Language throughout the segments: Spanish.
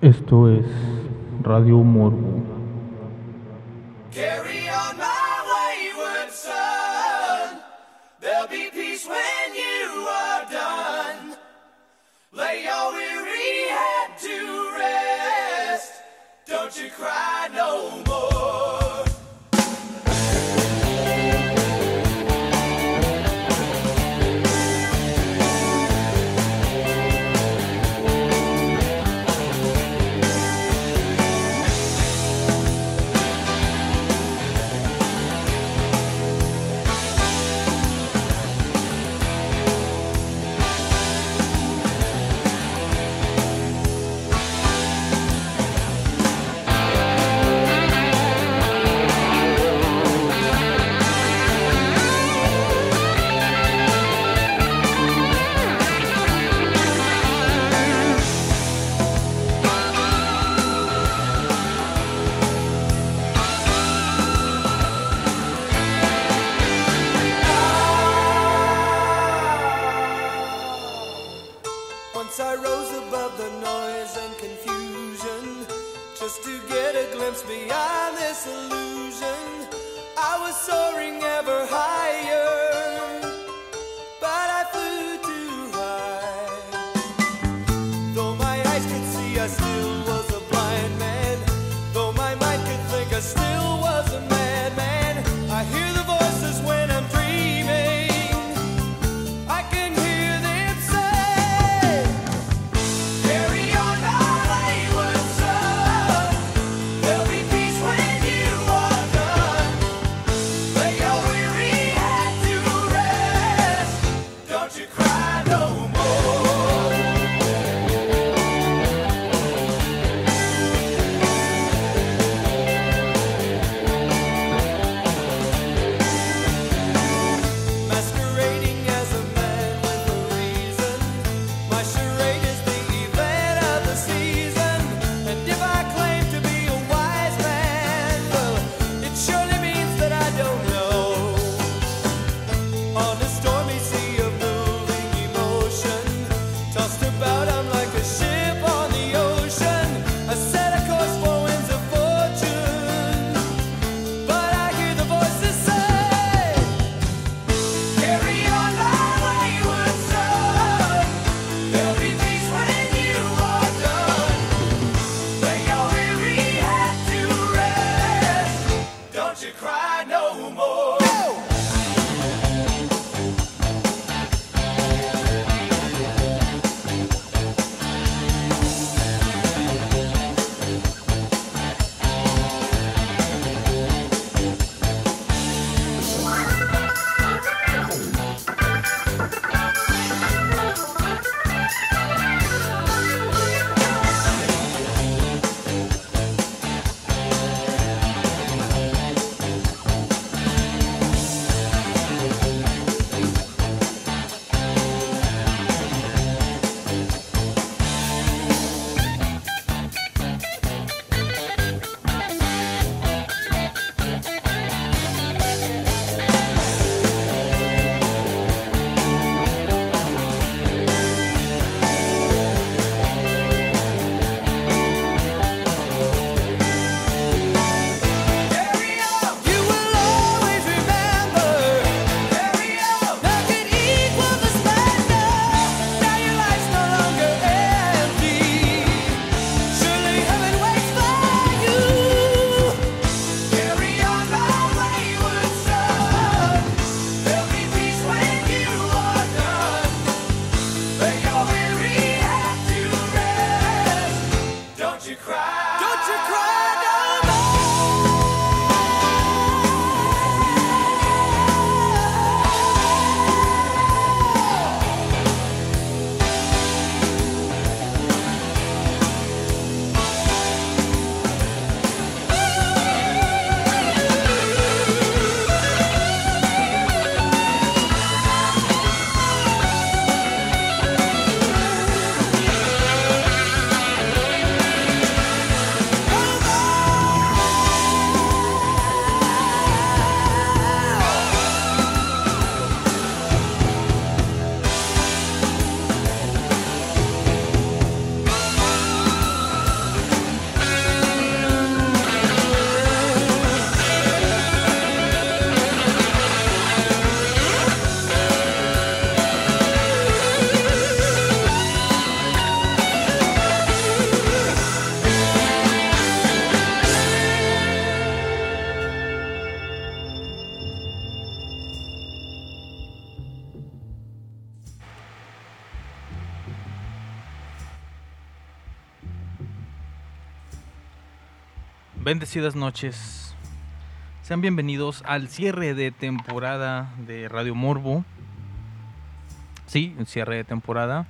Esto es Radio Morbo. Carry on my wayward son. There'll be peace when you are done. Lay your weary head to rest. Don't you cry no more. I rose above the noise and confusion, just to get a glimpse beyond this illusion. I was soaring ever higher, but I flew too high. Though my eyes could see, I still was a blind man. Though my mind could think, I still was a madman. I hear the voices when I'm dreaming. I can hear them say, carry on my wayward son. There'll be peace when you are done. Lay your weary head to Bendecidas noches. Sean bienvenidos al cierre de temporada de Radio Morbo. Sí, el cierre de temporada.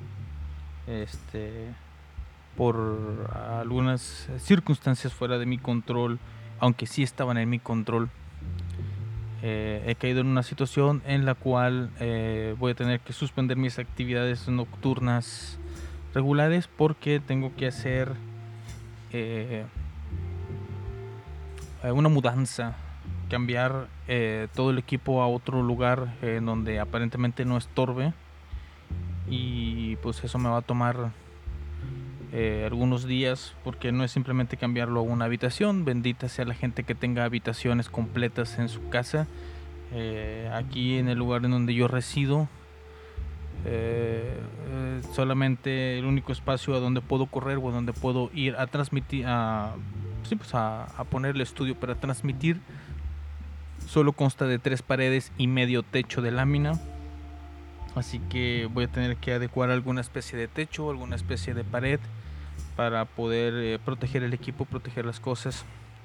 Por algunas circunstancias fuera de mi control, aunque sí estaban en mi control, he caído en una situación en la cual voy a tener que suspender mis actividades nocturnas regulares porque tengo que hacer una mudanza, cambiar todo el equipo a otro lugar en donde aparentemente no estorbe, y pues eso me va a tomar algunos días, porque no es simplemente cambiarlo a una habitación. Bendita sea la gente que tenga habitaciones completas en su casa. Aquí en el lugar en donde yo resido, solamente el único espacio a donde puedo correr o a donde puedo ir a transmitir, a poner el estudio para transmitir, solo consta de 3 paredes y medio techo de lámina. Así que voy a tener que adecuar alguna especie de techo, alguna especie de pared para poder proteger el equipo, proteger las cosas,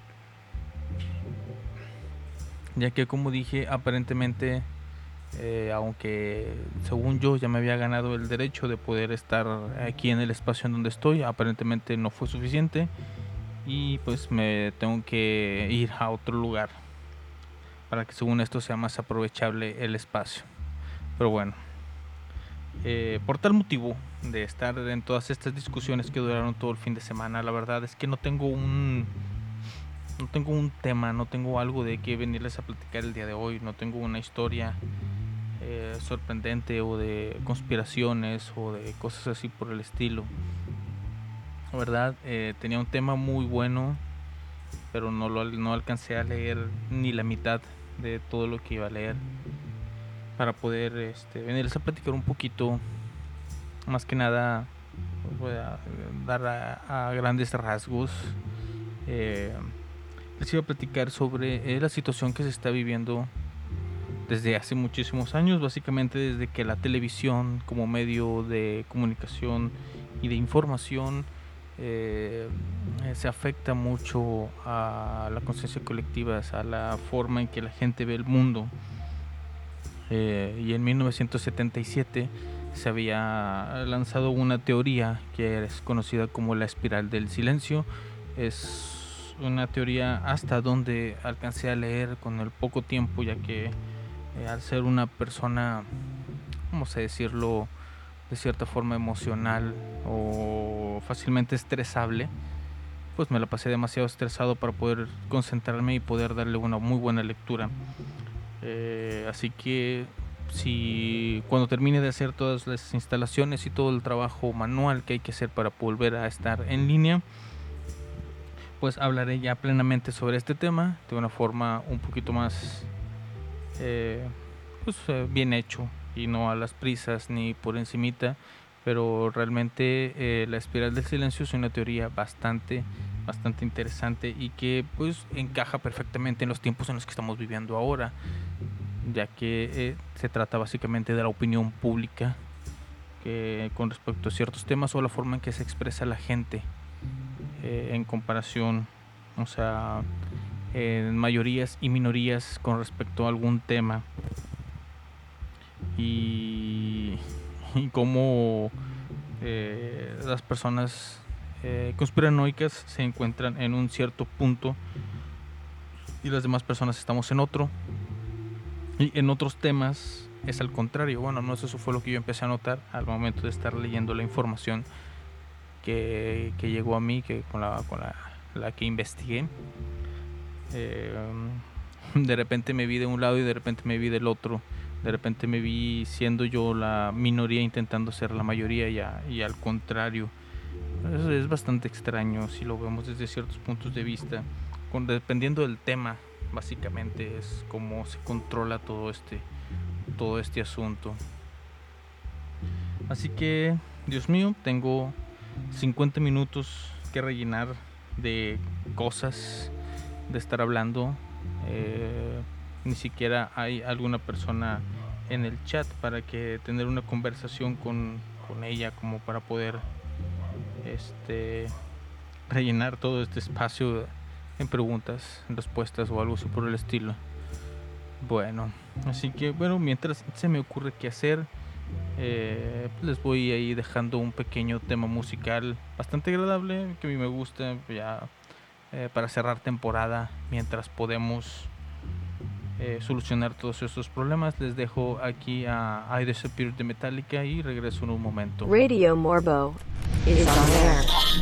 ya que, como dije, aparentemente aunque según yo ya me había ganado el derecho de poder estar aquí en el espacio en donde estoy, aparentemente no fue suficiente y pues me tengo que ir a otro lugar para que, según esto, sea más aprovechable el espacio. Pero bueno, por tal motivo de estar en todas estas discusiones que duraron todo el fin de semana, la verdad es que no tengo un tema, no tengo algo de qué venirles a platicar el día de hoy, no tengo una historia sorprendente o de conspiraciones o de cosas así por el estilo. La verdad, tenía un tema muy bueno, pero no alcancé a leer ni la mitad de todo lo que iba a leer para poder venirles a platicar un poquito. Más que nada voy a dar a grandes rasgos. Les iba a platicar sobre la situación que se está viviendo desde hace muchísimos años, básicamente desde que la televisión como medio de comunicación y de información se afecta mucho a la conciencia colectiva, a la forma en que la gente ve el mundo. Y en 1977 se había lanzado una teoría que es conocida como la espiral del silencio. Es una teoría hasta donde alcancé a leer con el poco tiempo, ya que al ser una persona, vamos a decirlo, de cierta forma emocional o fácilmente estresable, pues me la pasé demasiado estresado para poder concentrarme y poder darle una muy buena lectura. Así que si cuando termine de hacer todas las instalaciones y todo el trabajo manual que hay que hacer para volver a estar en línea, pues hablaré ya plenamente sobre este tema de una forma un poquito más bien hecho y no a las prisas ni por encimita. Pero realmente la espiral del silencio es una teoría bastante interesante y que pues encaja perfectamente en los tiempos en los que estamos viviendo ahora, ya que se trata básicamente de la opinión pública con respecto a ciertos temas o la forma en que se expresa la gente en comparación, o sea, en mayorías y minorías con respecto a algún tema, y cómo las personas conspiranoicas se encuentran en un cierto punto y las demás personas estamos en otro, y en otros temas es al contrario. Bueno, no, eso fue lo que yo empecé a notar al momento de estar leyendo la información que llegó a mí, que con la que investigué. De repente me vi de un lado y de repente me vi del otro. De repente me vi siendo yo la minoría intentando ser la mayoría, y al contrario. Eso es bastante extraño si lo vemos desde ciertos puntos de vista. Dependiendo del tema, básicamente es como se controla todo este asunto. Así que, Dios mío, tengo 50 minutos que rellenar de cosas, de estar hablando. Ni siquiera hay alguna persona en el chat para que tener una conversación con ella, como para poder rellenar todo este espacio en preguntas, en respuestas o algo así por el estilo. Bueno, así que bueno, mientras se me ocurre qué hacer, les voy ahí dejando un pequeño tema musical bastante agradable que a mí me gusta ya para cerrar temporada mientras podemos solucionar todos estos problemas. Les dejo aquí a I Disappear de Metallica y regreso en un momento. Radio Morbo is on air.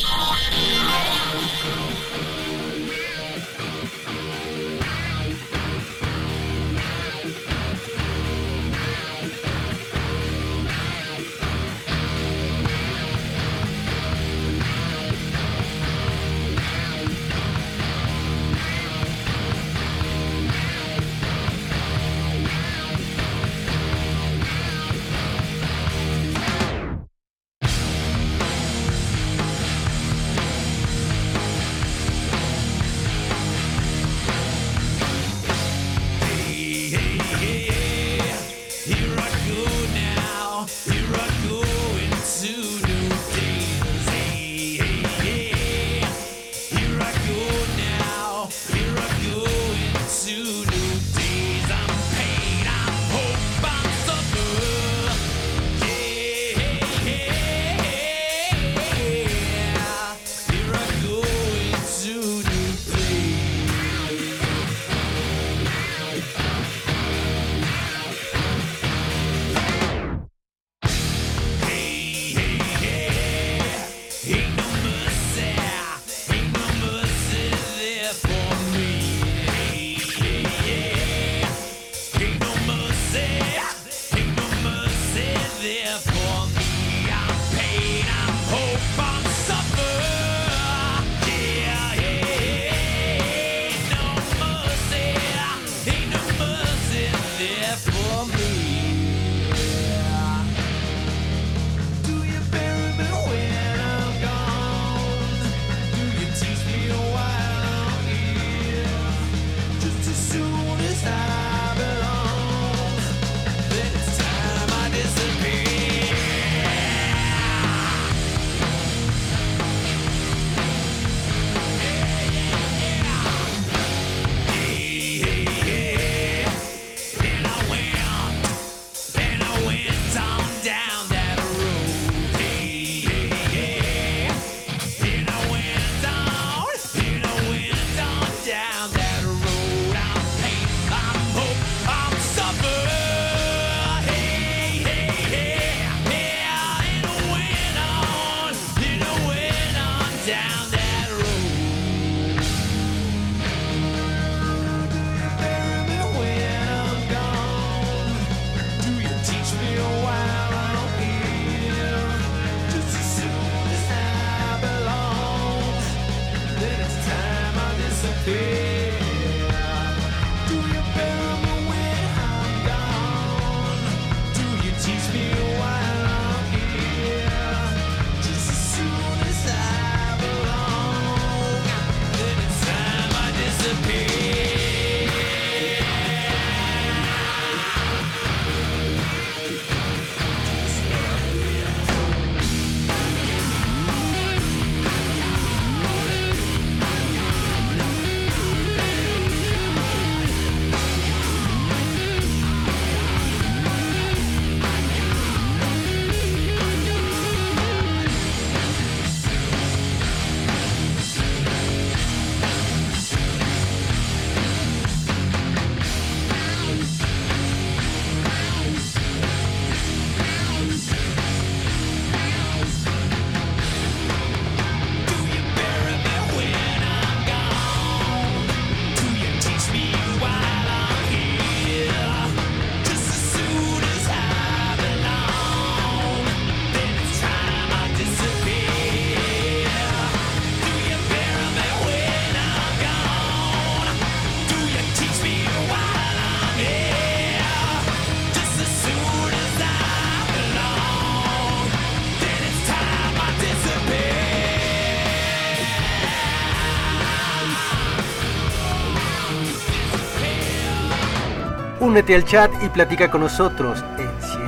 Únete al chat y platica con nosotros en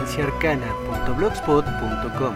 cienciaarcana.blogspot.com.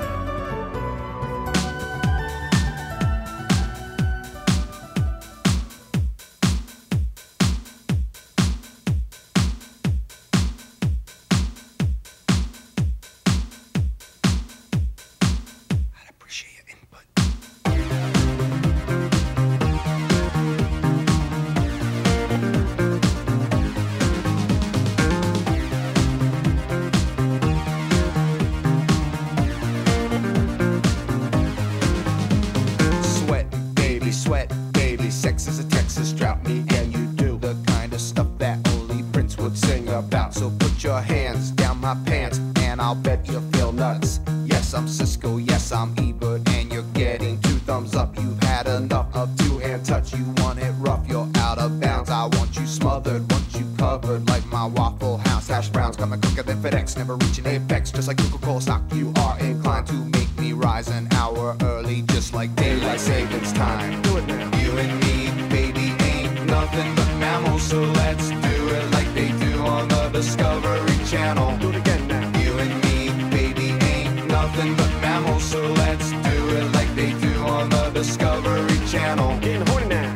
and I'll bet you feel nuts. Yes, I'm Cisco, yes, I'm Ebert, and you're getting 2 thumbs up. You've had enough of 2-hand touch. You want it rough, you're out of bounds. I want you smothered, want you covered like my Waffle House hash browns. Coming quicker than FedEx, never reaching apex. Just like Coca-Cola stock, you are inclined to make me rise an hour early, just like daylight savings time. Do it now. You and me, baby, ain't nothing but mammals, so let's do it like they do on the Discovery Channel. Do it again now. You and me, baby, ain't nothing but mammals, so let's do it like they do on the Discovery Channel. Getting horny now.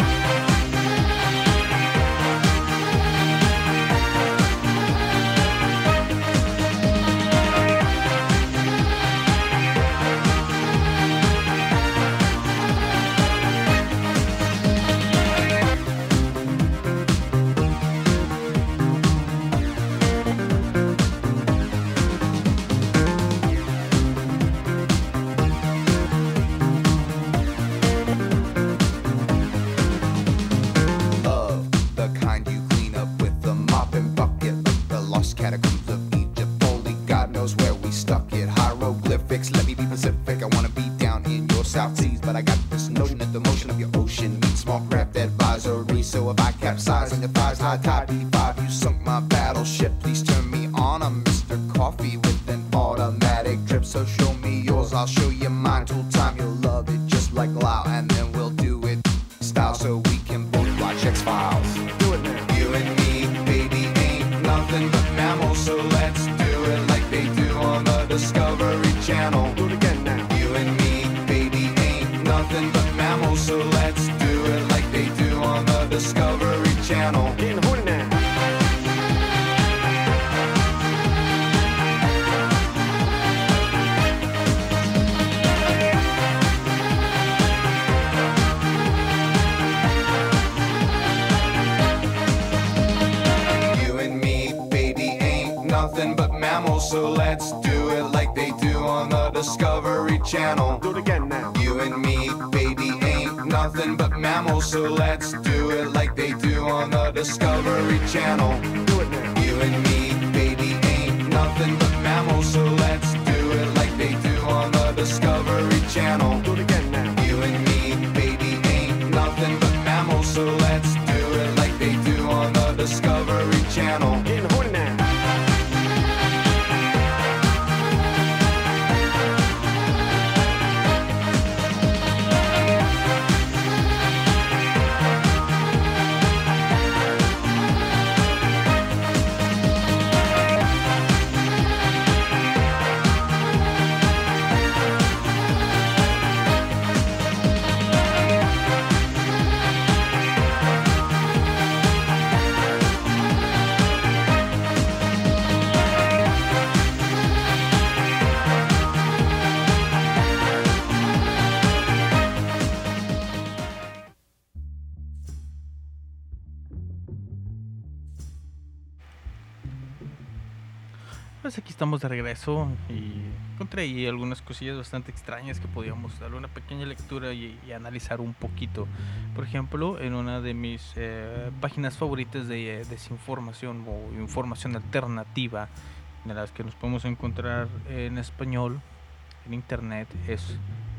Catacombs of Egypt, only God knows where we stuck it. Hieroglyphics, let me be Pacific. I wanna be down in your South Seas, but I got this notion that the motion of your ocean meets small craft advisory. So if I capsize on your thighs, high tide B5, you sunk my battleship. Please turn me on. I'm Mr. Coffee with an automatic drip. So show me yours, I'll show you mine. Tool time, you'll love it just like Lao, and then we'll do it style so we can both watch X-Files. Do it now. You and me, baby, ain't nothing but mammals, so let's do it like they do on the Discovery Channel. Do it again now. You and me, baby, ain't nothing but mammals, so let's do it like they do on the Discovery Channel. Getting horny now. Nothing but mammals, so let's do it like they do on the Discovery Channel. Do it again now. You and me, baby, ain't nothing but mammals, so let's do it like they do on the Discovery Channel. Do it now. You and me, baby, ain't nothing but mammals, so let's do it like they do on the Discovery Channel. Do it again now. You and me, baby, ain't nothing but mammals, so let's do it like they do on the Discovery Channel. Getting horny now. Pues aquí estamos de regreso y encontré ahí algunas cosillas bastante extrañas que podíamos darle una pequeña lectura y analizar un poquito. Por ejemplo, en una de mis páginas favoritas de desinformación o información alternativa, de las que nos podemos encontrar en español en internet, es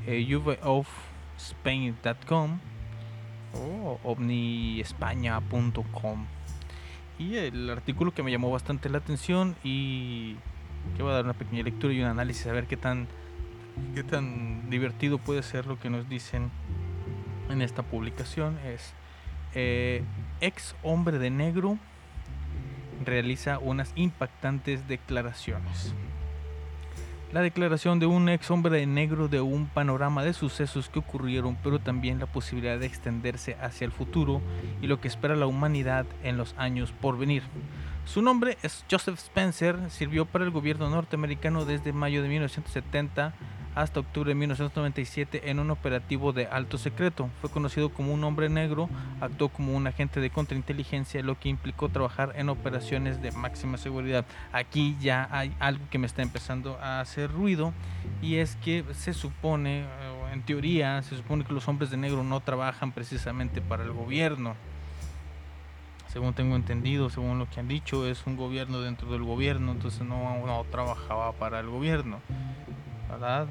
uvofspain.com o ovniespaña.com. Y el artículo que me llamó bastante la atención y que voy a dar una pequeña lectura y un análisis a ver qué tan divertido puede ser lo que nos dicen en esta publicación es ex hombre de negro realiza unas impactantes declaraciones. La declaración de un ex hombre de negro de un panorama de sucesos que ocurrieron, pero también la posibilidad de extenderse hacia el futuro y lo que espera la humanidad en los años por venir. Su nombre es Joseph Spencer, sirvió para el gobierno norteamericano desde mayo de 1970 hasta octubre de 1997 en un operativo de alto secreto. Fue conocido como un hombre negro, actuó como un agente de contrainteligencia, lo que implicó trabajar en operaciones de máxima seguridad. Aquí ya hay algo que me está empezando a hacer ruido, y es que se supone, en teoría, se supone que los hombres de negro no trabajan precisamente para el gobierno. según tengo entendido, según lo que han dicho, es un gobierno dentro del gobierno, entonces no trabajaba para el gobierno, ¿verdad?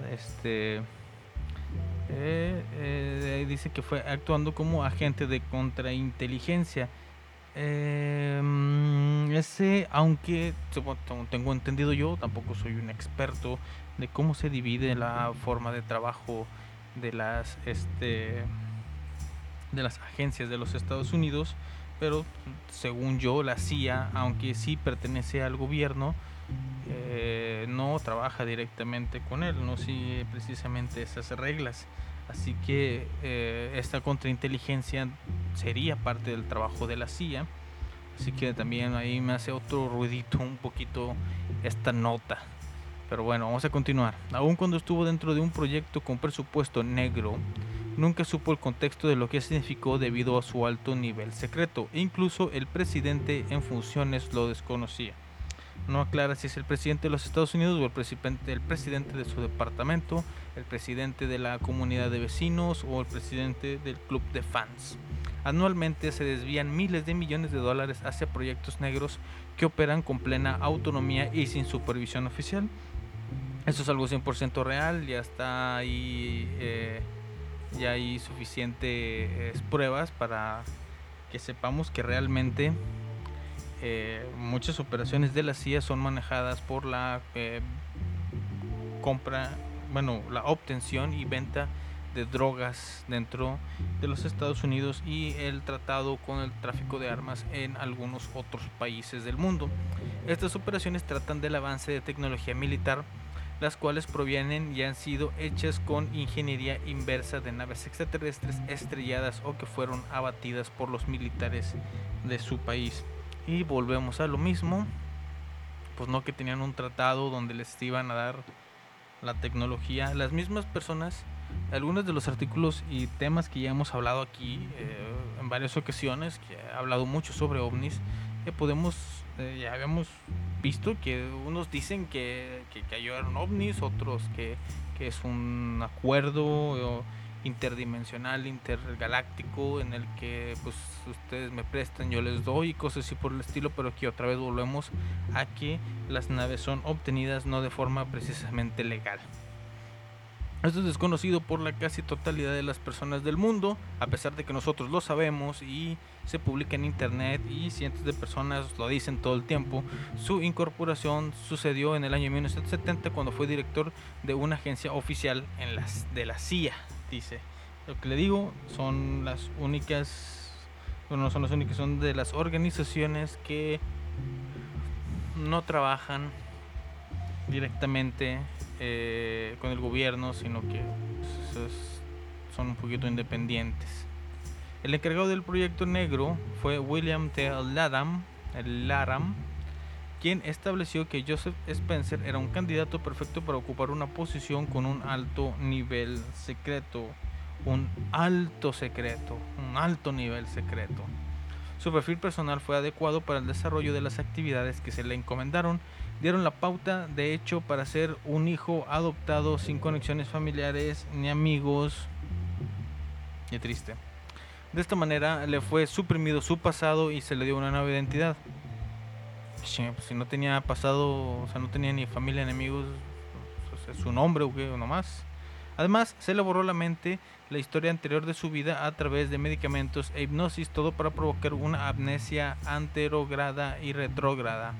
Dice que fue actuando como agente de contrainteligencia. Aunque según tengo entendido yo, tampoco soy un experto de cómo se divide la forma de trabajo de las agencias de los Estados Unidos, pero según yo la CIA, aunque sí pertenece al gobierno, no trabaja directamente con él, no sigue precisamente esas reglas. Así que esta contrainteligencia sería parte del trabajo de la CIA. Así que también ahí me hace otro ruidito un poquito esta nota. Pero bueno, vamos a continuar. Aun cuando estuvo dentro de un proyecto con presupuesto negro, nunca supo el contexto de lo que significó debido a su alto nivel secreto. Incluso el presidente en funciones lo desconocía. No aclara si es el presidente de los Estados Unidos o el presidente de su departamento, el presidente de la comunidad de vecinos o el presidente del club de fans. Anualmente se desvían miles de millones de dólares hacia proyectos negros que operan con plena autonomía y sin supervisión oficial. Esto es algo 100% real, ya está ahí, ya hay suficientes pruebas para que sepamos que realmente muchas operaciones de la CIA son manejadas por la la obtención y venta de drogas dentro de los Estados Unidos y el tratado con el tráfico de armas en algunos otros países del mundo. Estas operaciones tratan del avance de tecnología militar, las cuales provienen y han sido hechas con ingeniería inversa de naves extraterrestres estrelladas o que fueron abatidas por los militares de su país. Y volvemos a lo mismo, pues no que tenían un tratado donde les iban a dar la tecnología. Las mismas personas, algunos de los artículos y temas que ya hemos hablado aquí en varias ocasiones, que he hablado mucho sobre ovnis, ya habíamos visto que unos dicen que cayeron ovnis, otros que es un acuerdo interdimensional, intergaláctico, en el que pues ustedes me prestan, yo les doy, y cosas así por el estilo, pero aquí otra vez volvemos a que las naves son obtenidas no de forma precisamente legal. Esto es desconocido por la casi totalidad de las personas del mundo, a pesar de que nosotros lo sabemos y se publica en internet y cientos de personas lo dicen todo el tiempo. Su incorporación sucedió en el año 1970 cuando fue director de una agencia oficial de la CIA. Dice, lo que le digo son las únicas, bueno, no son las únicas, son de las organizaciones que no trabajan directamente con el gobierno, sino que son un poquito independientes. El encargado del proyecto negro fue William T. Laram, quien estableció que Joseph Spencer era un candidato perfecto para ocupar una posición con un alto nivel secreto. Un alto nivel secreto. Su perfil personal fue adecuado para el desarrollo de las actividades que se le encomendaron. Dieron la pauta, de hecho, para ser un hijo adoptado sin conexiones familiares ni amigos. Qué triste. De esta manera le fue suprimido su pasado y se le dio una nueva identidad. Si no tenía pasado, o sea, no tenía ni familia ni amigos, o sea, su nombre o qué, nomás. Además, se le borró la mente la historia anterior de su vida a través de medicamentos e hipnosis, todo para provocar una amnesia anterograda y retrógrada.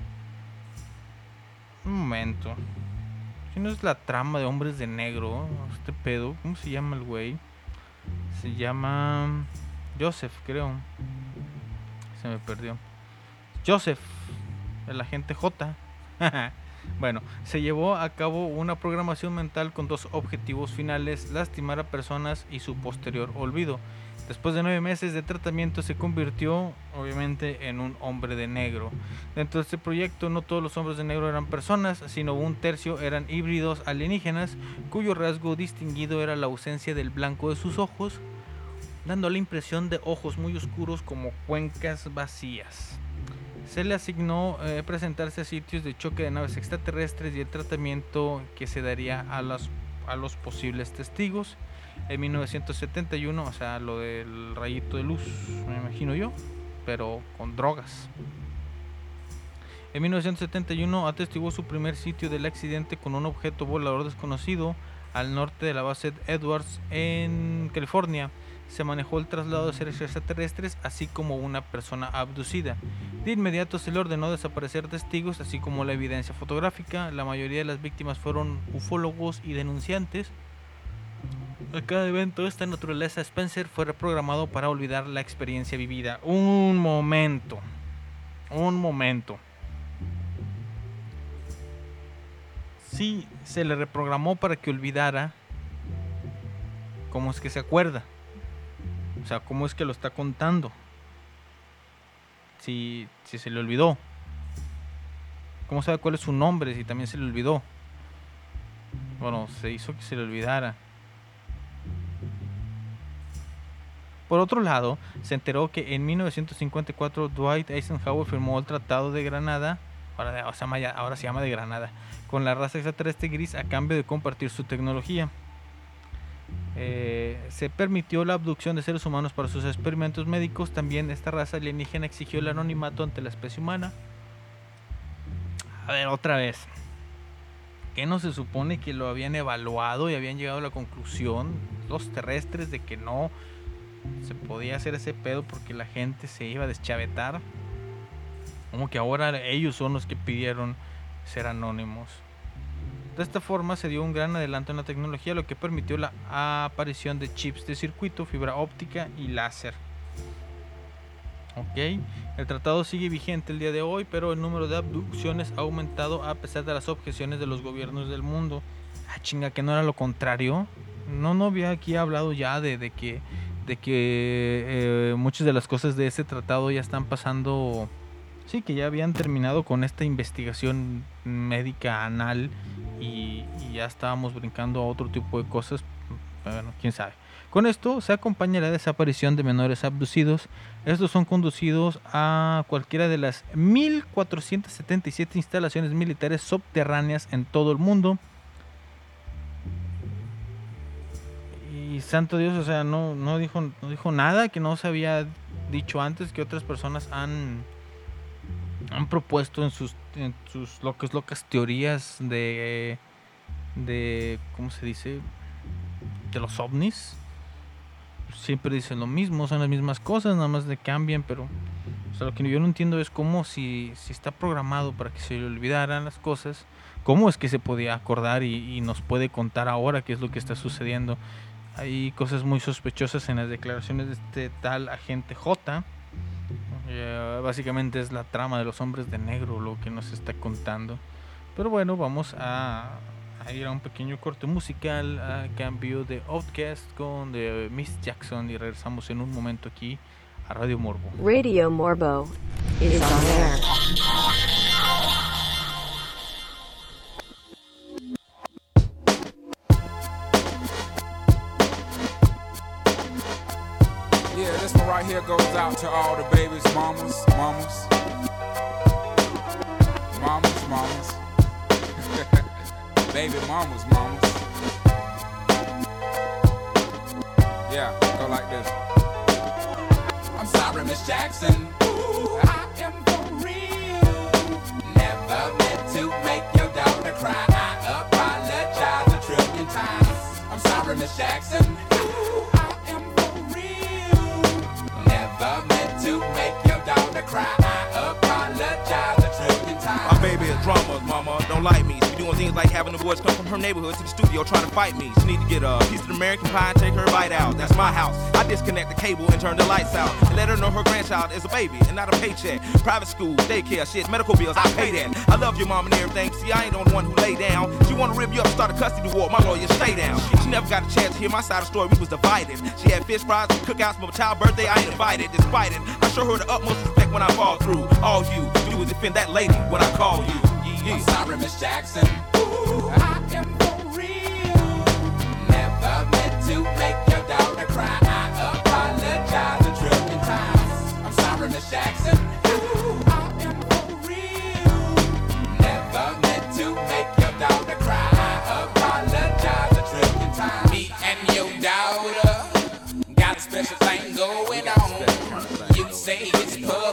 Un momento. Si no es la trama de Hombres de Negro, este pedo, ¿cómo se llama el güey? Se llama Joseph, creo. Se me perdió. Joseph, el agente J. Bueno, se llevó a cabo una programación mental con dos objetivos finales: lastimar a personas y su posterior olvido. Después de 9 meses de tratamiento se convirtió, obviamente, en un hombre de negro. Dentro de este proyecto no todos los hombres de negro eran personas, sino un tercio eran híbridos alienígenas, cuyo rasgo distinguido era la ausencia del blanco de sus ojos, dando la impresión de ojos muy oscuros como cuencas vacías. Se le asignó presentarse a sitios de choque de naves extraterrestres y el tratamiento que se daría a los posibles testigos. En 1971, o sea, lo del rayito de luz, me imagino yo, pero con drogas. En 1971 atestiguó su primer sitio del accidente con un objeto volador desconocido al norte de la base Edwards en California. Se manejó el traslado de seres extraterrestres así como una persona abducida. De inmediato se le ordenó desaparecer testigos así como la evidencia fotográfica. La mayoría de las víctimas fueron ufólogos y denunciantes. A cada evento de esta naturaleza, Spencer fue reprogramado para olvidar la experiencia vivida. Un momento. Sí, se le reprogramó para que olvidara. ¿Cómo es que se acuerda? O sea, ¿cómo es que lo está contando? Si se le olvidó. ¿Cómo sabe cuál es su nombre si también se le olvidó? Bueno, se hizo que se le olvidara. Por otro lado, se enteró que en 1954 Dwight Eisenhower firmó el Tratado de Granada, ahora se llama de Granada, con la raza extraterrestre gris a cambio de compartir su tecnología. Se permitió la abducción de seres humanos para sus experimentos médicos. También esta raza alienígena exigió el anonimato ante la especie humana. A ver, otra vez. ¿Qué no se supone que lo habían evaluado y habían llegado a la conclusión los terrestres de que no se podía hacer ese pedo porque la gente se iba a deschavetar? Como que ahora ellos son los que pidieron ser anónimos. De esta forma se dio un gran adelanto en la tecnología, lo que permitió la aparición de chips de circuito, fibra óptica y láser. Ok, el tratado sigue vigente el día de hoy, pero el número de abducciones ha aumentado a pesar de las objeciones de los gobiernos del mundo. Ah, chinga, que no era lo contrario. No había aquí hablado ya de que muchas de las cosas de este tratado ya están pasando. Sí, que ya habían terminado con esta investigación médica anal y ya estábamos brincando a otro tipo de cosas. Bueno, quién sabe. Con esto se acompaña la desaparición de menores abducidos. Estos son conducidos a cualquiera de las 1477 instalaciones militares subterráneas en todo el mundo. Y santo Dios, o sea, no dijo nada que no se había dicho antes, que otras personas han propuesto en sus locas teorías de ¿cómo se dice? De los ovnis. Siempre dicen lo mismo, son las mismas cosas, nada más le cambian, pero o sea, lo que yo no entiendo es cómo si está programado para que se le olvidaran las cosas, cómo es que se podía acordar y nos puede contar ahora qué es lo que está sucediendo. Hay cosas muy sospechosas en las declaraciones de este tal agente J. Básicamente es la trama de los hombres de negro lo que nos está contando. Pero bueno, vamos a ir a un pequeño corte musical a cambio de Outkast con The Miss Jackson y regresamos en un momento aquí a Radio Morbo. Radio Morbo is on air. Yeah, this one right here goes out to all the babies, mamas. Baby mamas. Yeah, go like this. I'm sorry, Miss Jackson. Ooh, I am for real. Never meant to make your daughter cry. I apologize a trillion times. I'm sorry, Miss Jackson. Ooh, I am for real. Never meant to make your daughter cry. I apologize a trillion times. My baby is drama, mama, don't like me. She doing things like having the boys come from her neighborhood to the studio trying to fight me. She need to get a piece of American pie and take her bite out. That's my house. I disconnect the cable and turn the lights out. And let her know her grandchild is a baby and not a paycheck. Private school, daycare, shit, medical bills, I pay that. I love your mom and everything. See, I ain't the one who lay down. She wanna rip you up, start a custody war. My lawyer, stay down. She never got a chance to hear my side of the story. We was divided. She had fish fries and cookouts for my child's birthday. I ain't invited. Despite it, I show her the utmost respect when I fall through. All you do is defend that lady when I call you. I'm sorry, Miss Jackson. Ooh, I am for real. Never meant to make your daughter cry. I apologize a trillion times. I'm sorry, Miss Jackson. Ooh, I am for real. Never meant to make your daughter cry. I apologize a trillion times. Me and your daughter got a special thing going on. You say it's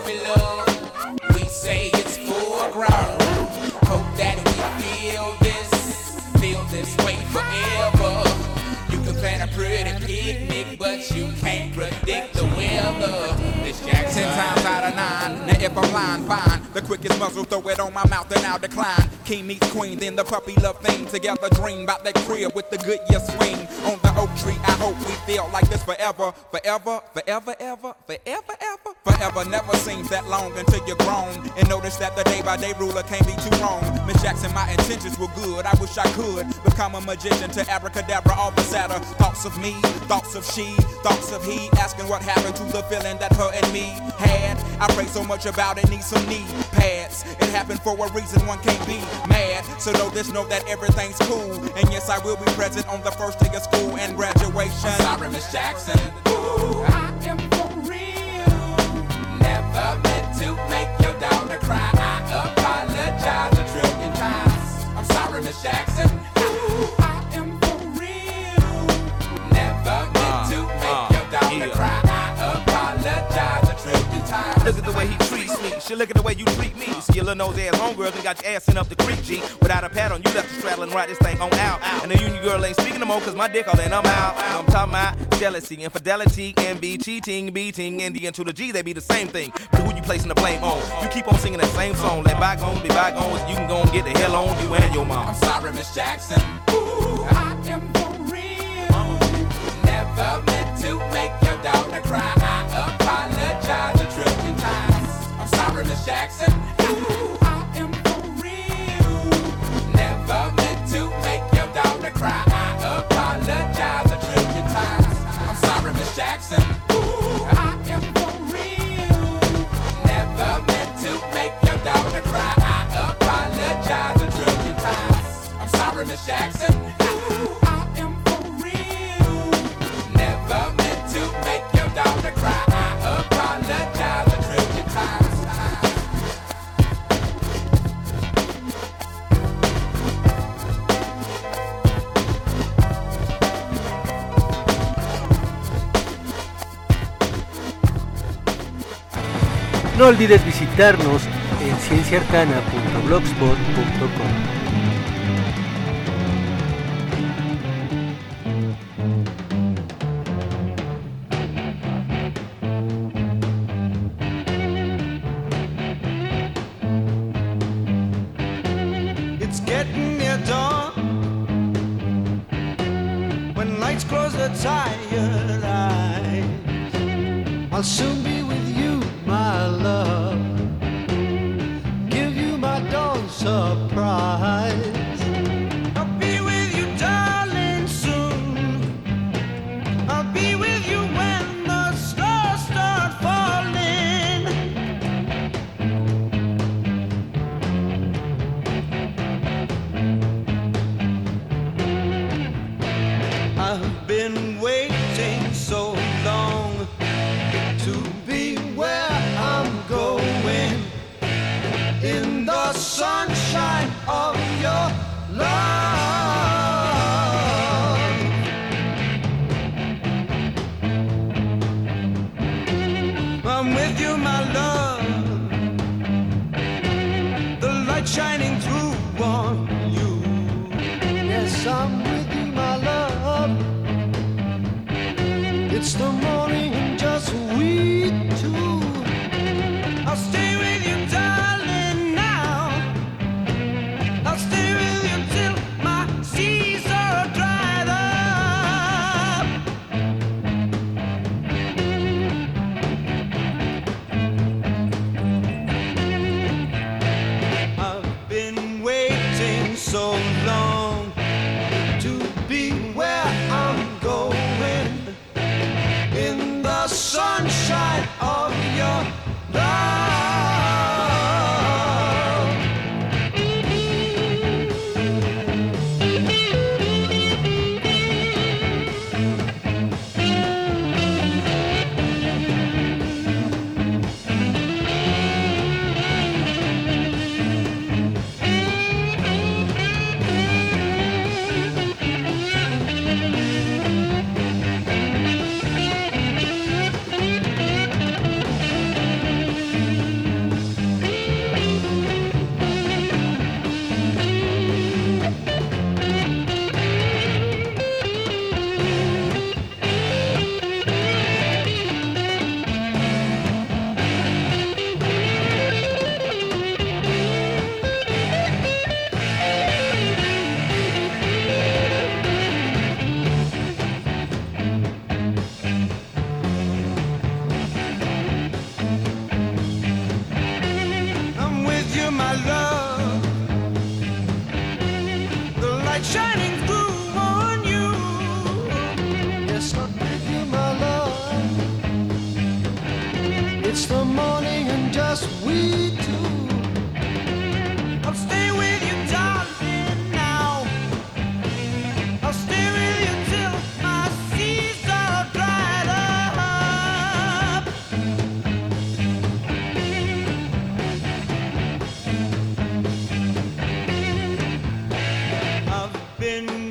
this way forever. You can plan a pretty picnic, but you can't predict the weather. Miss Jackson. 10 times out of 9. Now if I'm lying, fine. The quickest muzzle, throw it on my mouth and I'll decline. King meets queen, then the puppy love thing. Together dream about that crib with the good year swing. On the oak tree, I hope we feel like this forever. Forever, forever, ever, forever, ever. Forever never seems that long until you're grown. And notice that the day by day ruler can't be too wrong. Miss Jackson, my intentions were good. I wish I could become a magician to abracadabra all the sadder. Thoughts of me, thoughts of she, thoughts of he. Asking what happened to the feeling that her and me had. I pray so much about it, need some knee pads. It happened for a reason, one can't be mad. So know this, know that everything's cool. And yes, I will be present on the first day of school and graduation. I'm sorry, Miss Jackson. Ooh, I am for real. Never meant to make your daughter cry. I apologize a trillion times. I'm sorry, Miss Jackson. Ooh, I am for real. Never meant to make your daughter cry. I apologize a trillion times. Look at the way he treats me. Shit, look at the way you treat me. Skillin' nose ass homegirls and got your ass sent up the creek, G. Without a pad on, you left the straddle and ride this thing on out. And the union girl ain't speaking no more, cause my dick all in, I'm out. I'm talking about jealousy, infidelity, envy, cheating, beating, and the N to the G, they be the same thing. But who you placing the blame on? You keep on singing that same song. Let bygones be bygones, you can go and get the hell on you and your mom. I'm sorry, Miss Jackson. Ooh, I am for real. Never meant to make your daughter cry. I apologize a trillion times. I'm sorry, Miss Jackson. Ooh, I am for real. Never meant to make your daughter cry. I apologize a trillion times. I'm sorry, Miss Jackson. Ooh, I am for real. Never meant to make your daughter cry. I apologize a trillion times. I'm sorry, Miss Jackson. Ooh, I am for real. Never meant to make your daughter cry. I apologize a trillion times. No olvides visitarnos en cienciaarcana.blogspot.com. It's getting near dawn when lights close their tired eyes. I'll soon be with you, my love. Give you my dawn surprise. I'll be with you, darling, soon. I'll be with you when the stars start falling. I've been waiting so long to be where I'm going, in the sunshine of your love. I'm with you, my love, the light shining through on you. Yes, I'm with you, my love. It's the morning and just we two. I'll stay with you, darling, now. I'll stay with you till my seas are dried up. I've been waiting so long to be where I'm going, in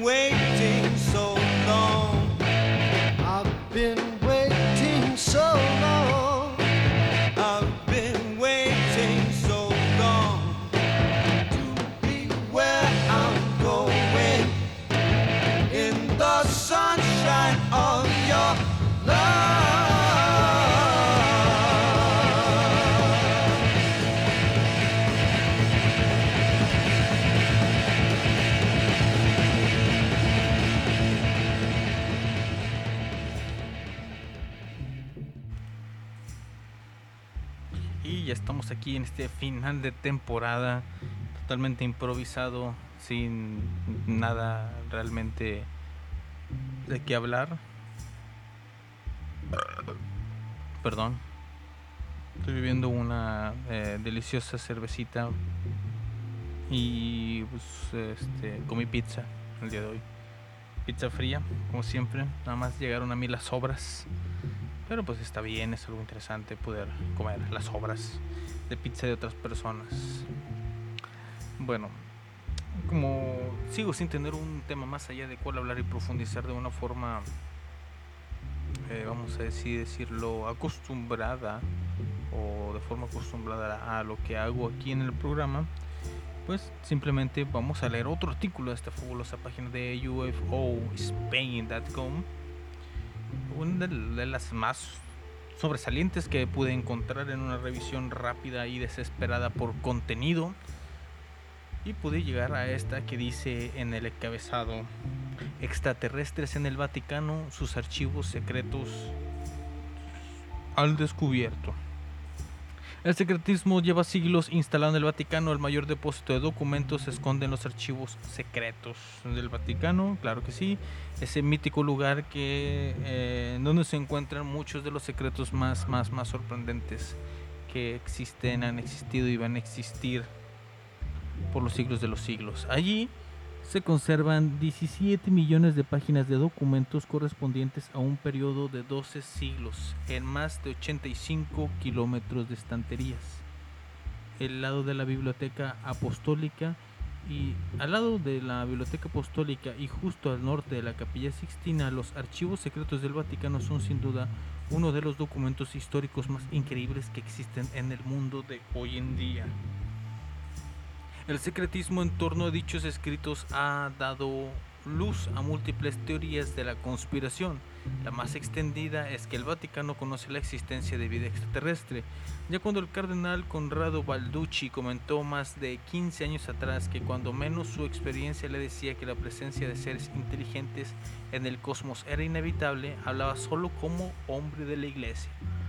been waiting so long. I've been waiting so long. I've been waiting so long to be where I'm going in the sunshine of your love. Y ya estamos aquí en este final de temporada, totalmente improvisado, sin nada realmente de qué hablar. Perdón. Estoy bebiendo una deliciosa cervecita y pues comí pizza el día de hoy. Pizza fría, como siempre. Nada más llegaron a mí las sobras. Pero pues está bien, es algo interesante poder comer las sobras de pizza de otras personas. Bueno, como sigo sin tener un tema más allá de cuál hablar y profundizar de una forma, vamos a decirlo, acostumbrada o de forma acostumbrada a lo que hago aquí en el programa, pues simplemente vamos a leer otro artículo de esta fabulosa página de UFOspain.com. Una de las más sobresalientes que pude encontrar en una revisión rápida y desesperada por contenido, y pude llegar a esta que dice en el encabezado: extraterrestres en el Vaticano, sus archivos secretos al descubierto. El secretismo lleva siglos instalado en el Vaticano. El mayor depósito de documentos se esconde en los archivos secretos del Vaticano, claro que sí. Ese mítico lugar que donde se encuentran muchos de los secretos más sorprendentes que existen, han existido y van a existir por los siglos de los siglos. Allí se conservan 17 millones de páginas de documentos correspondientes a un periodo de 12 siglos en más de 85 kilómetros de estanterías. El lado de la Biblioteca Apostólica y al lado de la Biblioteca Apostólica y justo al norte de la Capilla Sixtina, los archivos secretos del Vaticano son sin duda uno de los documentos históricos más increíbles que existen en el mundo de hoy en día. El secretismo en torno a dichos escritos ha dado luz a múltiples teorías de la conspiración. La más extendida es que el Vaticano conoce la existencia de vida extraterrestre, ya cuando el cardenal Conrado Balducci comentó más de 15 años atrás que cuando menos su experiencia le decía que la presencia de seres inteligentes en el cosmos era inevitable, hablaba solo como hombre de la iglesia.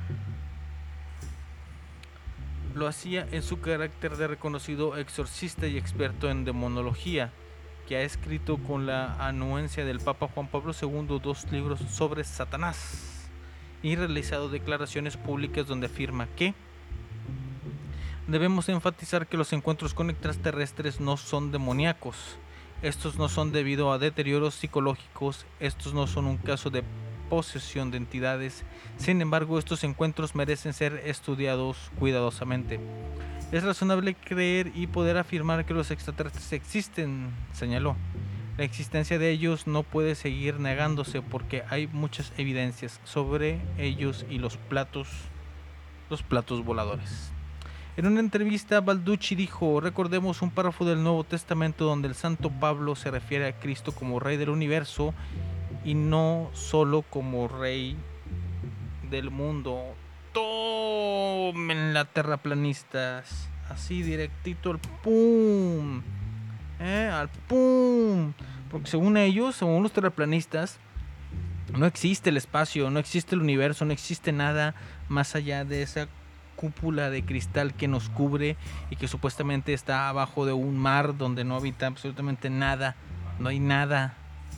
Lo hacía en su carácter de reconocido exorcista y experto en demonología, que ha escrito con la anuencia del Papa Juan Pablo II 2 libros sobre Satanás y realizado declaraciones públicas donde afirma que debemos enfatizar que los encuentros con extraterrestres no son demoníacos. Estos no son debido a deterioros psicológicos, estos no son un caso de posesión de entidades. Sin embargo, estos encuentros merecen ser estudiados cuidadosamente. Es razonable creer y poder afirmar que los extraterrestres existen, señaló. La existencia de ellos no puede seguir negándose porque hay muchas evidencias sobre ellos y los platos voladores. En una entrevista, Balducci dijo: recordemos un párrafo del Nuevo Testamento donde el santo Pablo se refiere a Cristo como Rey del universo y no solo como Rey del mundo. Tomen la, terraplanistas, así directito al pum, al pum, porque según ellos, según los terraplanistas, no existe el espacio, no existe el universo, no existe nada más allá de esa cúpula de cristal que nos cubre y que supuestamente está abajo de un mar donde no habita absolutamente nada, no hay nada.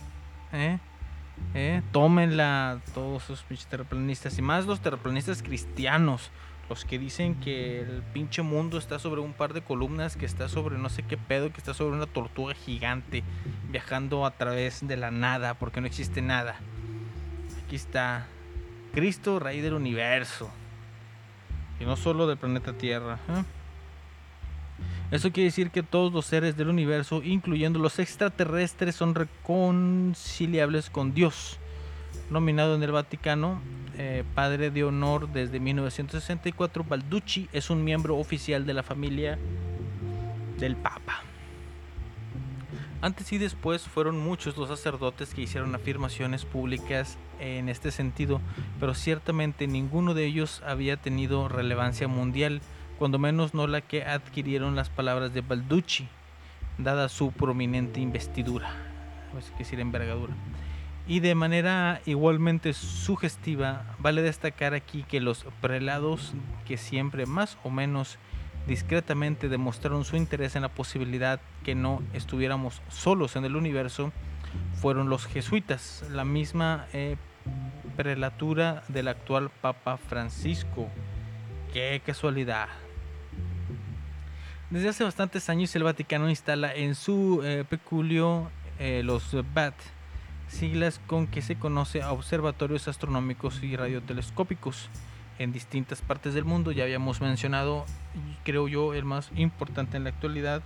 Tómenla todos esos pinches terraplanistas, y más los terraplanistas cristianos, los que dicen que el pinche mundo está sobre un par de columnas, que está sobre no sé qué pedo, que está sobre una tortuga gigante viajando a través de la nada, porque no existe nada. Aquí está Cristo, Rey del universo, y no solo del planeta Tierra. Eso quiere decir que todos los seres del universo, incluyendo los extraterrestres, son reconciliables con Dios. Nominado en el Vaticano, padre de honor desde 1964, Balducci es un miembro oficial de la familia del Papa. Antes y después fueron muchos los sacerdotes que hicieron afirmaciones públicas en este sentido, pero ciertamente ninguno de ellos había tenido relevancia mundial, cuando menos no la que adquirieron las palabras de Balducci, dada su prominente investidura, es decir, envergadura. Y de manera igualmente sugestiva, vale destacar aquí que los prelados, que siempre más o menos discretamente demostraron su interés en la posibilidad que no estuviéramos solos en el universo, fueron los jesuitas, la misma prelatura del actual Papa Francisco. ¡Qué casualidad! Desde hace bastantes años el Vaticano instala en su peculio los BAT, siglas con que se conoce a observatorios astronómicos y radiotelescópicos en distintas partes del mundo. Ya habíamos mencionado, creo yo, el más importante en la actualidad,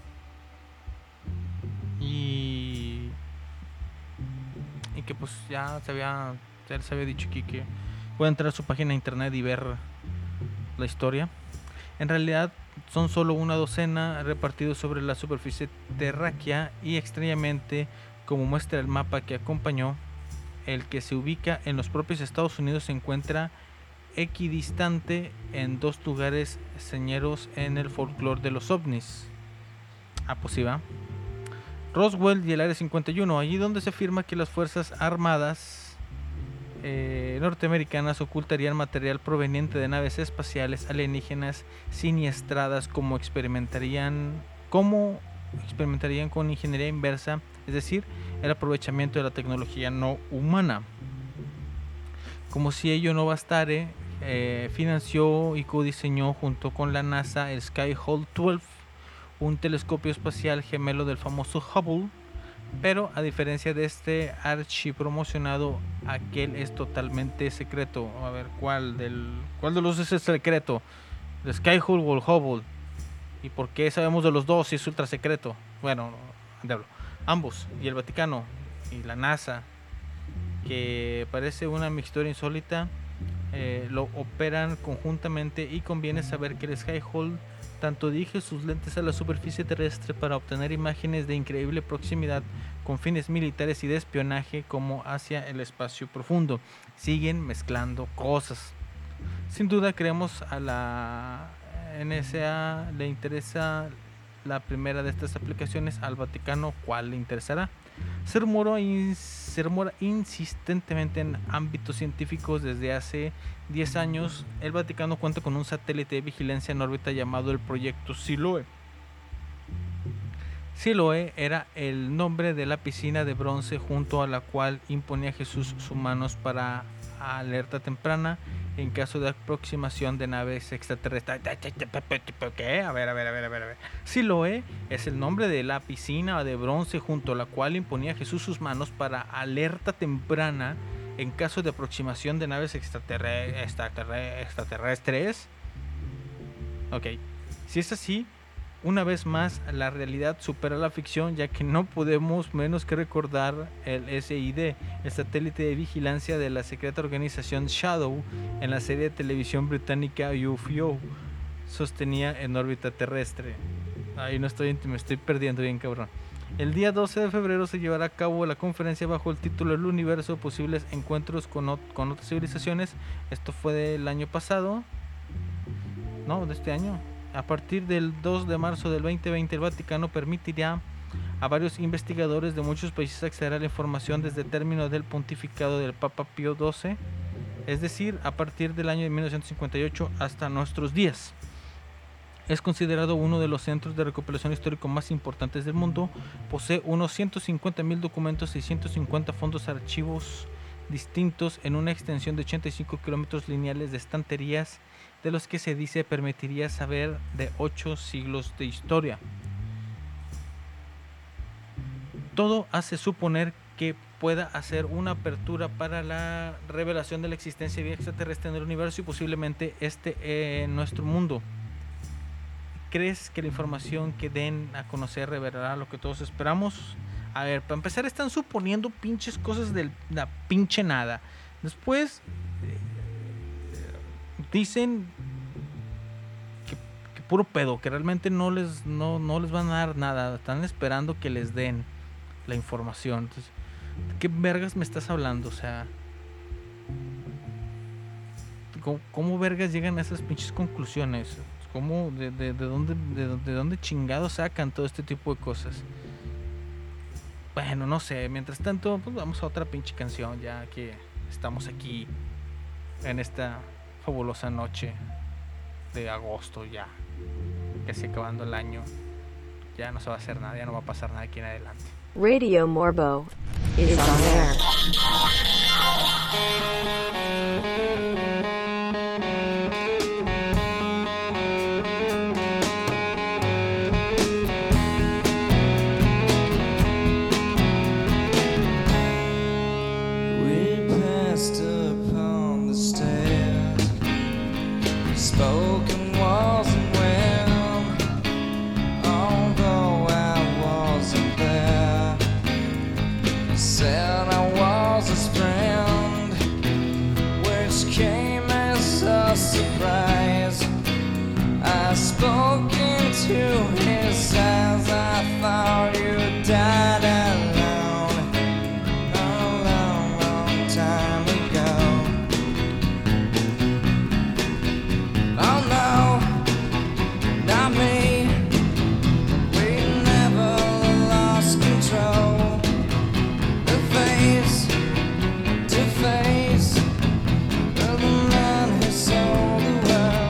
y que pues ya se les había dicho aquí que pueden entrar a su página de internet y ver la historia. En realidad son solo una docena repartidos sobre la superficie terráquea, y extrañamente, como muestra el mapa que acompañó, el que se ubica en los propios Estados Unidos se encuentra equidistante en dos lugares señeros en el folclore de los ovnis. Pues sí va. Roswell y el Área 51, allí donde se afirma que las Fuerzas Armadas norteamericanas ocultarían material proveniente de naves espaciales alienígenas siniestradas, como experimentarían con ingeniería inversa, es decir, el aprovechamiento de la tecnología no humana. Como si ello no bastare, financió y codiseñó junto con la NASA el Skyhold 12, un telescopio espacial gemelo del famoso Hubble, pero a diferencia de este archipromocionado, aquel es totalmente secreto. A ver, ¿cuál de los es el secreto? ¿El Skyhold o el Hubble? ¿Y por qué sabemos de los dos si es ultra secreto? Bueno, diablo, ambos, y el Vaticano y la NASA, que parece una mixtura insólita, lo operan conjuntamente, y conviene saber que el Skyhold tanto dirige sus lentes a la superficie terrestre para obtener imágenes de increíble proximidad con fines militares y de espionaje, como hacia el espacio profundo. Siguen mezclando cosas. Sin duda creemos a la NSA le interesa la primera de estas aplicaciones, al Vaticano ¿cuál le interesará? Se rumora insistentemente en ámbitos científicos desde hace 10 años. El Vaticano cuenta con un satélite de vigilancia en órbita llamado el proyecto Siloe. Siloe era el nombre de la piscina de bronce junto a la cual imponía Jesús sus manos para alerta temprana en caso de aproximación de naves extraterrestres. ¿Qué? A ver. Siloe es el nombre de la piscina de bronce junto a la cual imponía Jesús sus manos para alerta temprana en caso de aproximación de naves extraterrestres. Ok, si es así, una vez más la realidad supera la ficción, ya que no podemos menos que recordar el SID, el satélite de vigilancia de la secreta organización Shadow en la serie de televisión británica UFO, sostenía en órbita terrestre. Ahí me estoy perdiendo bien, cabrón. El día 12 de febrero se llevará a cabo la conferencia bajo el título El Universo, posibles encuentros con otras civilizaciones. Esto fue del año pasado, no, de este año. A partir del 2 de marzo del 2020, el Vaticano permitirá a varios investigadores de muchos países acceder a la información desde el término del pontificado del Papa Pío XII, es decir, a partir del año de 1958 hasta nuestros días. Es considerado uno de los centros de recopilación histórico más importantes del mundo. Posee unos 150,000 documentos y 150 fondos archivos distintos en una extensión de 85 kilómetros lineales de estanterías, de los que se dice permitiría saber de 8 siglos de historia. Todo hace suponer que pueda hacer una apertura para la revelación de la existencia de vida extraterrestre en el universo y posiblemente en nuestro mundo. ¿crees que la información que den a conocer revelará lo que todos esperamos? A ver, para empezar están suponiendo pinches cosas de la pinche nada. Después dicen que puro pedo, que realmente no les van a dar nada. Están esperando que les den la información. Entonces, ¿de qué vergas me estás hablando? O sea, ¿cómo vergas llegan a esas pinches conclusiones? ¿Cómo, de dónde chingados sacan todo este tipo de cosas? Bueno, no sé. Mientras tanto, pues vamos a otra pinche canción, ya que estamos aquí en esta fabulosa noche de agosto, ya casi acabando el año. Ya no se va a hacer nada, ya no va a pasar nada aquí en adelante. Radio Morbo is on air. We passed upon the stairs, spoken wasn't well, although I wasn't there. Said I was his friend, which came as a surprise. I spoke into his eyes, I thought you died alone a long, long time ago. Oh no, not me. We never lost control. The face to face of the man who sold the world.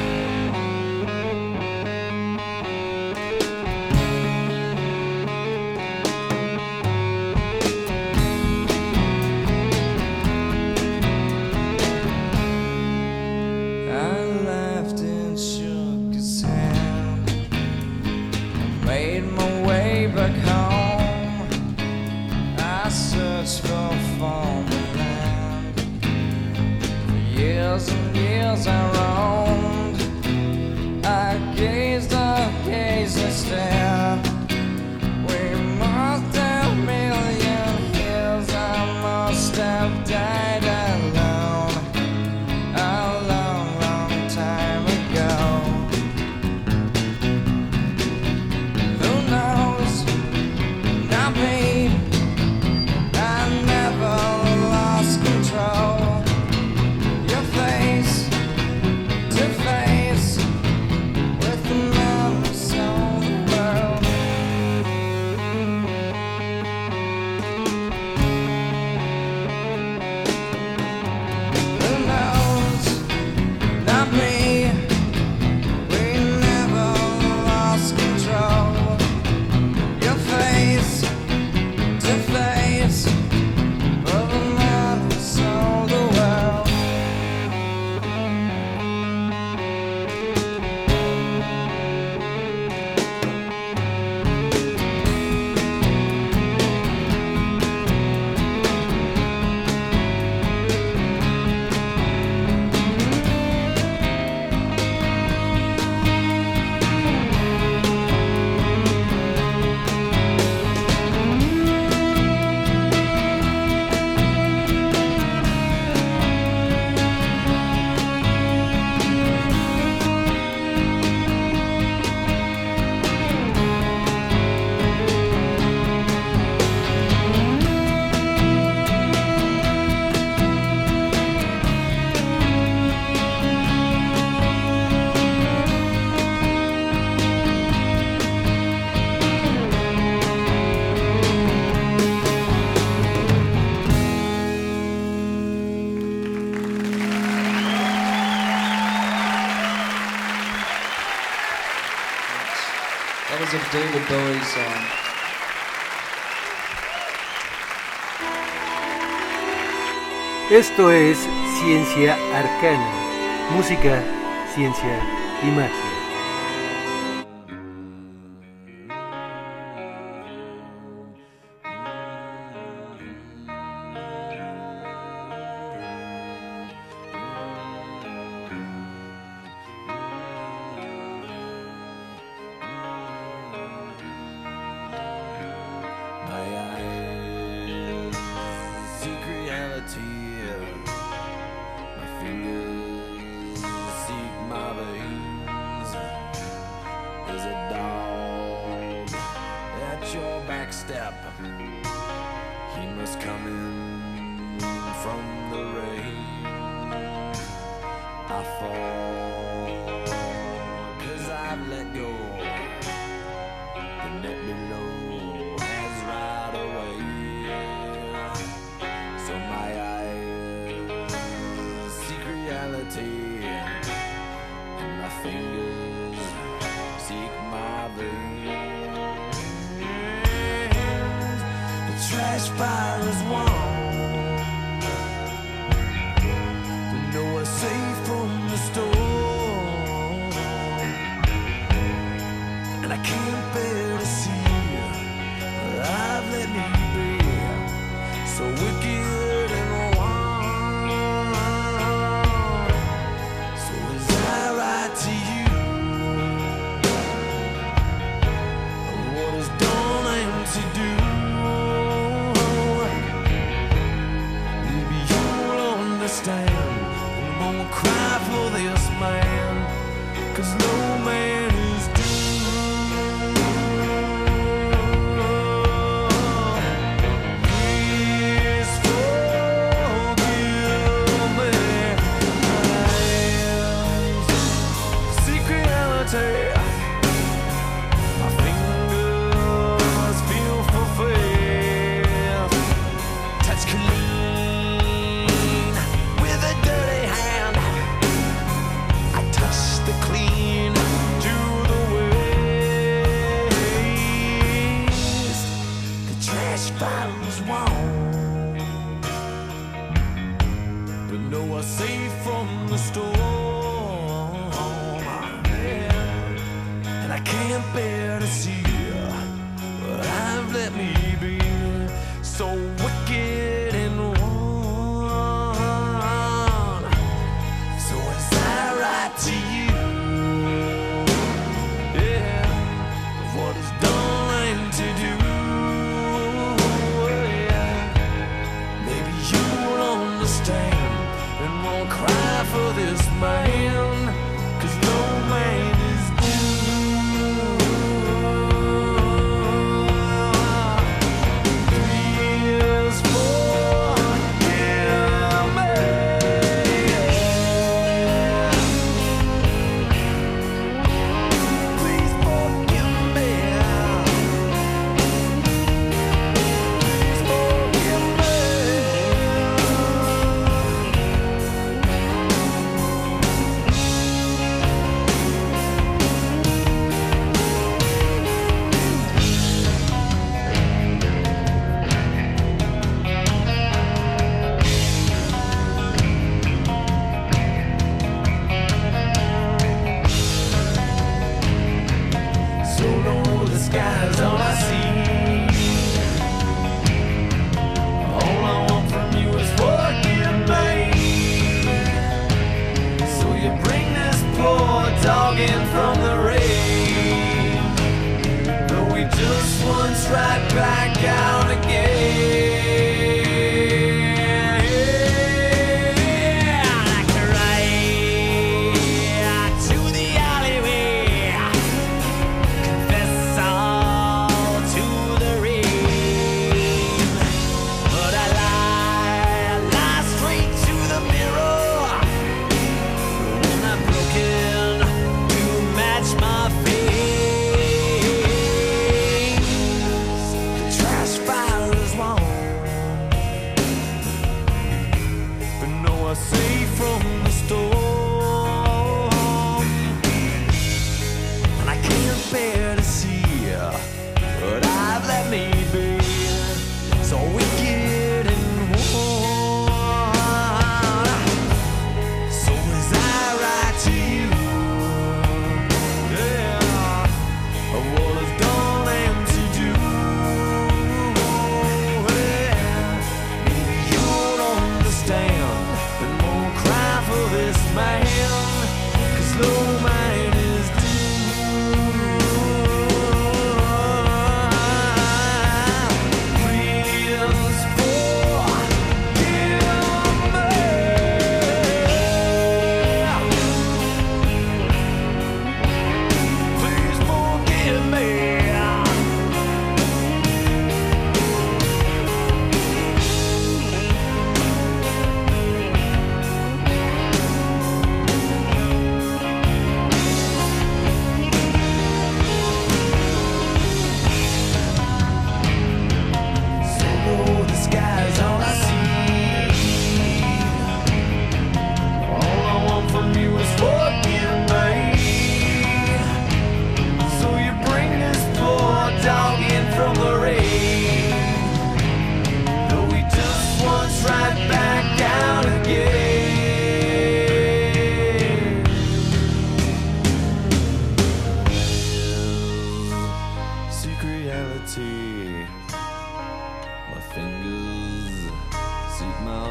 I laughed and shook his hand. I made my way back home. I searched for foreign land. For years and years I roamed. I gazed and stared. We must have million years. I must have died alone a long, long time ago. Who knows? Not me. I never lost control. Your face to face with the man who sold the world. Who knows? Not me. We never lost control. Your face to face with the man who sold the world. That was a David Bowie song. Esto es Ciencia Arcana, música, ciencia y magia. was coming from the rain. I fall 'cause I've let go. The net below has right away. So my eyes seek reality, and my fingers seek my veins. The trash fire is warm, but nowhere safe from the storm. And I can't bear to see I've let me be so wicked and wrong. So as I write to you what is done and to do, maybe you'll understand and won't cry for this man, 'cause no man is due. Please forgive me. Seek reality. My fingers feel for faith. Touch clean with a dirty hand. I touch the clean to the waste. The trash fire is warm, but no one's safe from the storm. Yeah. And I can't bear to see what I've let me be, so wicked and wrong. So as I write to you, yeah, what is done and to do, yeah, maybe you'll understand and won't cry for this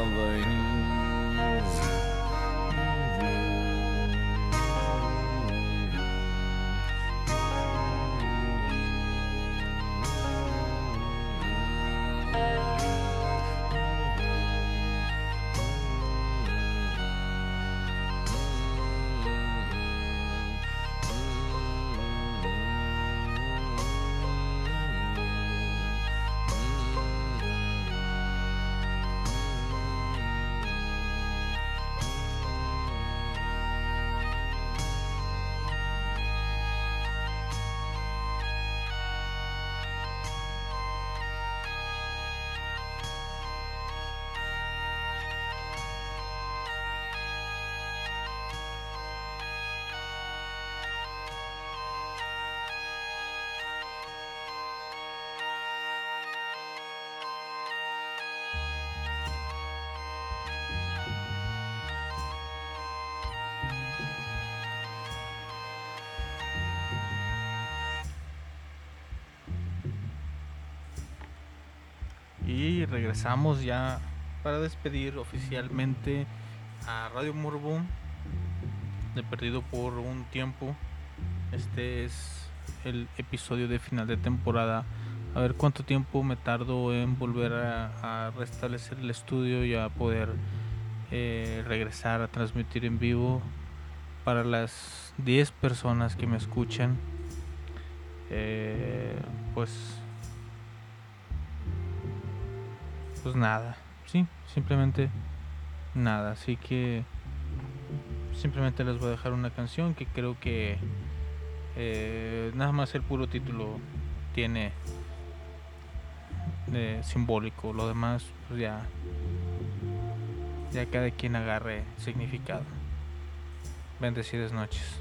veins. Y regresamos ya para despedir oficialmente a Radio Morbo, de perdido por un tiempo. Este es el episodio de final de temporada. A ver cuánto tiempo me tardo en volver a restablecer el estudio y a poder regresar a transmitir en vivo para las 10 personas que me escuchan. Pues nada, sí, simplemente nada. Así que simplemente les voy a dejar una canción que creo que nada más el puro título tiene simbólico. Lo demás pues ya cada quien agarre significado. Bendecidas noches.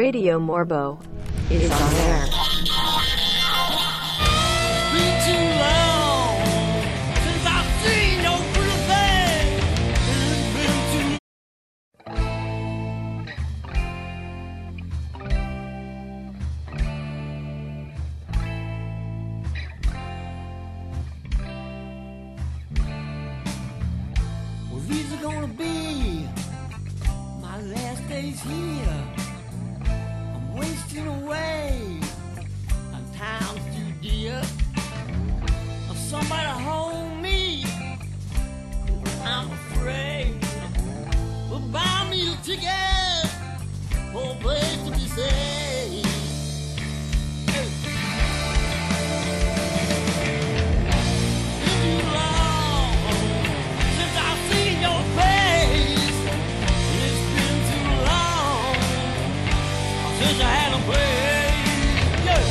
Radio Morbo is on air. Been too long since I've seen your pretty face. It's been too Well, these are gonna be my last days here. I'm wasting away on time's too dear. Somebody hold me, I'm afraid. But buy me a ticket for a place to be safe. Hey. Been too long since I've seen your face. It's been too long since I had a place. Yeah.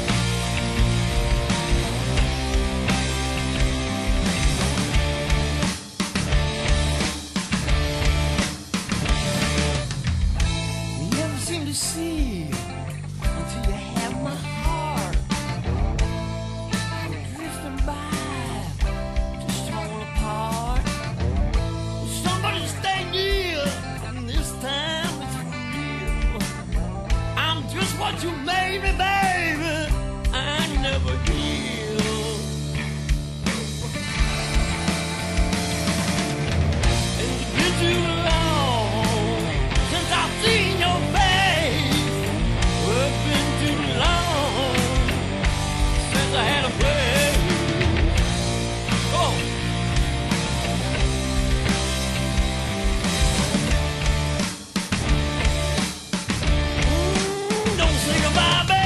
You never seem to see until you have my heart. We're drifting by, just torn apart. Somebody stay near, and this time it's real. I'm just what you made me, baby. I never heal. It's been too long since I've seen your face. It's been too long since I had a place. Oh. Don't say goodbye, babe.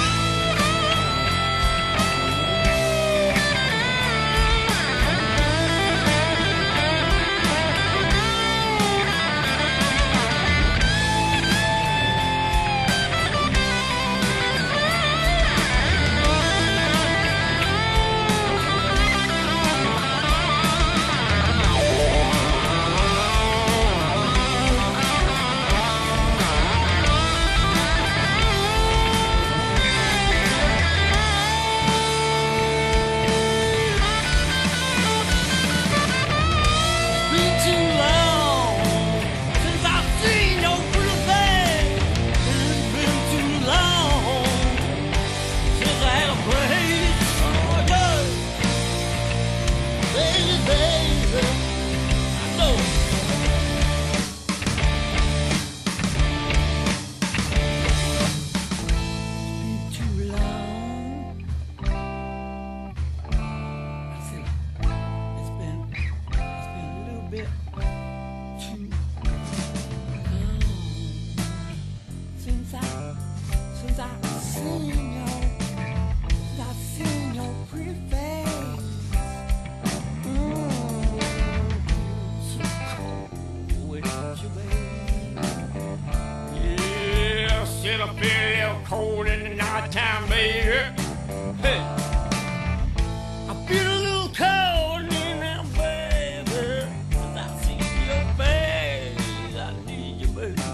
Been too long since I've seen your pretty face. It's been too long since I had a place. Oh, yeah. Baby, baby, I know. Been too long. I said, it's been a little bit too long since I've seen your pretty face. So cold without you, baby. Yeah, sit up here, a little cold in the nighttime, baby. Hey. I feel a little cold in now, baby. Since I see your face, I need you, baby.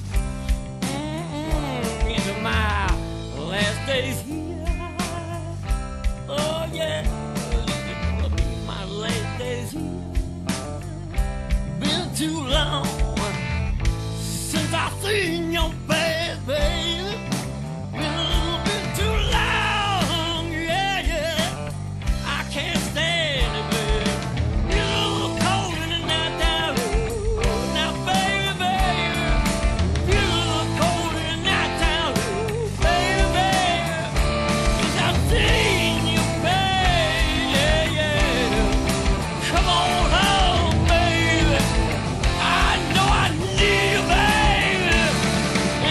Into my last days here. Oh yeah, it's gonna be my last days here. Been too long since I seen your face, baby. Been a little bit too long, yeah, yeah. I can't stand it, baby. You're a little cold in the nighttime. Now, baby, baby, you're a little cold in the nighttime. Baby, baby, since I've seen you, baby, yeah, yeah. Come on home, baby. I know I need you, baby.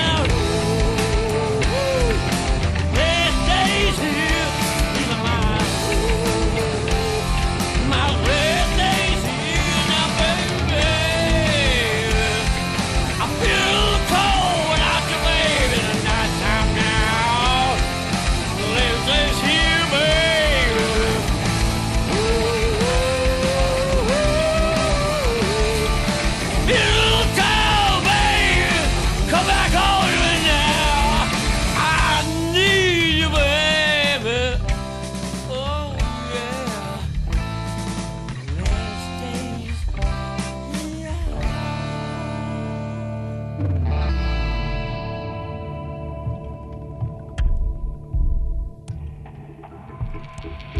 Bye.